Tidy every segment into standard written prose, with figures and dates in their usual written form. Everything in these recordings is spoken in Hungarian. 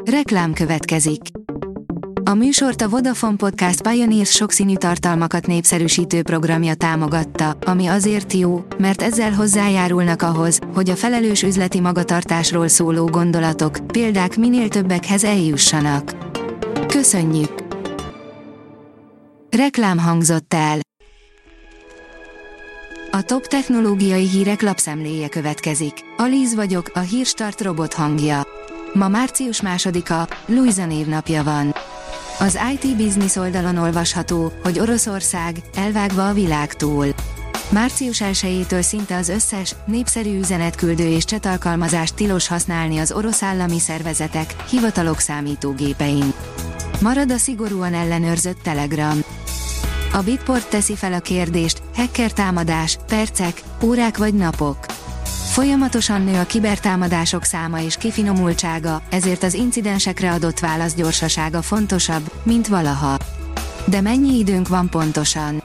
Reklám következik. A műsort a Vodafone Podcast Pioneers sokszínű tartalmakat népszerűsítő programja támogatta, ami azért jó, mert ezzel hozzájárulnak ahhoz, hogy a felelős üzleti magatartásról szóló gondolatok, példák minél többekhez eljussanak. Köszönjük! Reklám hangzott el. A top technológiai hírek lapszemléje következik. Alíz vagyok, a Hírstart robot hangja. Ma március 2-a, Luisa névnapja van. Az IT Business oldalon olvasható, hogy Oroszország elvágva a világtól. Március 1-től szinte az összes népszerű üzenetküldő és chat alkalmazást tilos használni az orosz állami szervezetek, hivatalok számítógépein. Marad a szigorúan ellenőrzött Telegram. A Bitport teszi fel a kérdést, hacker támadás, percek, órák vagy napok. Folyamatosan nő a kibertámadások száma és kifinomultsága, ezért az incidensekre adott válasz gyorsasága fontosabb, mint valaha. De mennyi időnk van pontosan?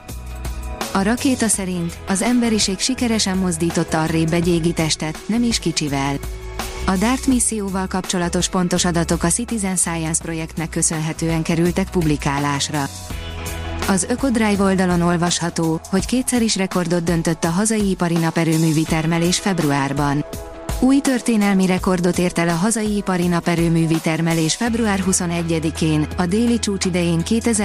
A rakéta szerint az emberiség sikeresen mozdította arrébb egy égitestet, nem is kicsivel. A DART misszióval kapcsolatos pontos adatok a Citizen Science projektnek köszönhetően kerültek publikálásra. Az Ökodrive oldalon olvasható, hogy kétszer is rekordot döntött a hazai ipari naperőművi termelés februárban. Új történelmi rekordot ért el a hazai ipari naperőművi termelés február 21-én, a déli csúcs idején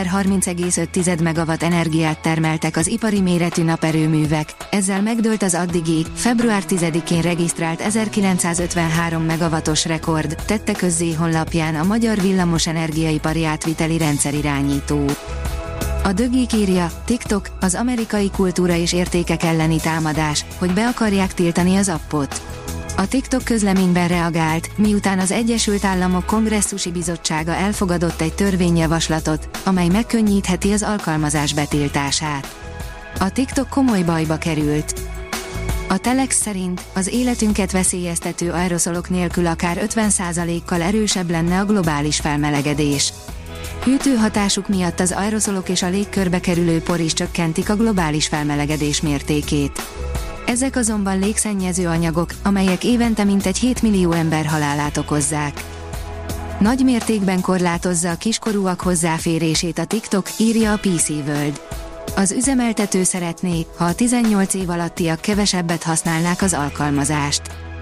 2030,5 megawatt energiát termeltek az ipari méretű naperőművek, ezzel megdőlt az addigi, február 10-én regisztrált 1953 megawattos rekord, tette közzé honlapján a Magyar Villamos Energiaipari Átviteli Rendszerirányító. A Dögik írja, TikTok, az amerikai kultúra és értékek elleni támadás, hogy be akarják tiltani az appot. A TikTok közleményben reagált, miután az Egyesült Államok Kongresszusi Bizottsága elfogadott egy törvényjavaslatot, amely megkönnyítheti az alkalmazás betiltását. A TikTok komoly bajba került. A Telex szerint az életünket veszélyeztető aeroszolok nélkül akár 50%-kal erősebb lenne a globális felmelegedés. Hűtőhatásuk miatt az aeroszolok és a légkörbe kerülő por is csökkentik a globális felmelegedés mértékét. Ezek azonban légszennyező anyagok, amelyek évente mintegy 7 millió ember halálát okozzák. Nagy mértékben korlátozza a kiskorúak hozzáférését a TikTok, írja a PC World. Az üzemeltető szeretné, ha a 18 év alattiak kevesebbet használnák az alkalmazást.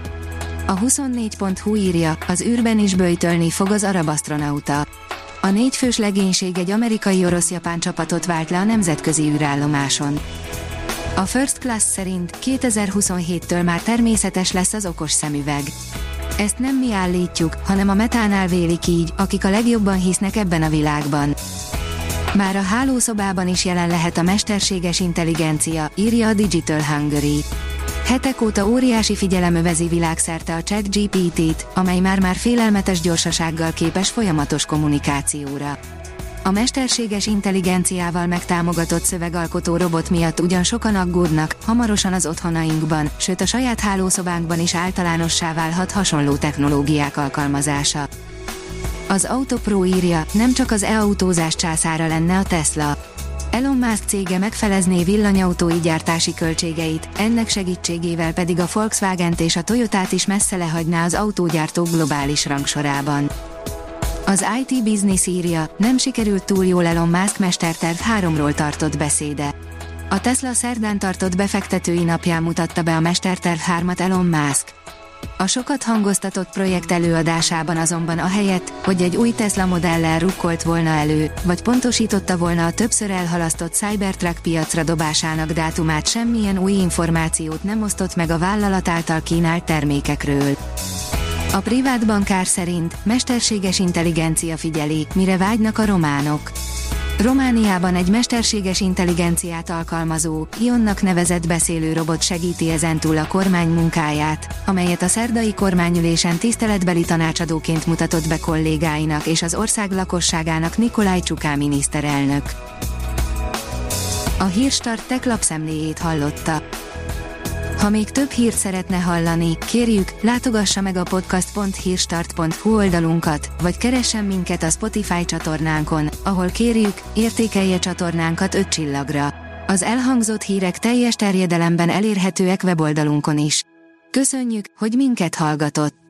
A 24.hu írja, az űrben is böjtölni fog az arab asztronauta. A 4 fős legénység egy amerikai-orosz-japán csapatot vált le a nemzetközi űrállomáson. A First Class szerint 2027-től már természetes lesz az okos szemüveg. Ezt nem mi állítjuk, hanem a Metánál vélik így, akik a legjobban hisznek ebben a világban. Már a hálószobában is jelen lehet a mesterséges intelligencia, írja a Digital Hungary. Hetek óta óriási figyelem övezi világszerte a ChatGPT-t, amely már félelmetes gyorsasággal képes folyamatos kommunikációra. A mesterséges intelligenciával megtámogatott szövegalkotó robot miatt ugyan sokan aggódnak, hamarosan az otthonainkban, sőt a saját hálószobánkban is általánossá válhat hasonló technológiák alkalmazása. Az Autopro írja, nem csak az e-autózás császára lenne a Tesla. Elon Musk cége megfelezné villanyautói gyártási költségeit, ennek segítségével pedig a Volkswagent és a Toyotát is messze lehagyná az autógyártók globális rangsorában. Az IT Business írja, nem sikerült túl jól Elon Musk mesterterv 3-ról tartott beszéde. A Tesla szerdán tartott befektetői napján mutatta be a mesterterv 3-at Elon Musk. A sokat hangoztatott projekt előadásában azonban ahelyett, hogy egy új Tesla modellel rukkolt volna elő, vagy pontosította volna a többször elhalasztott Cybertruck piacra dobásának dátumát, semmilyen új információt nem osztott meg a vállalat által kínált termékekről. A privát bankár szerint mesterséges intelligencia figyeli, mire vágynak a románok. Romániában egy mesterséges intelligenciát alkalmazó, Ionnak nevezett beszélő robot segíti ezentúl a kormány munkáját, amelyet a szerdai kormányülésen tiszteletbeli tanácsadóként mutatott be kollégáinak és az ország lakosságának Nikolaj Csuká miniszterelnök. A Hírstart tech lapszemléjét hallotta. Ha még több hírt szeretne hallani, kérjük, látogassa meg a podcast.hírstart.hu oldalunkat, vagy keressen minket a Spotify csatornánkon, ahol kérjük, értékelje csatornánkat 5 csillagra. Az elhangzott hírek teljes terjedelemben elérhetőek weboldalunkon is. Köszönjük, hogy minket hallgatott!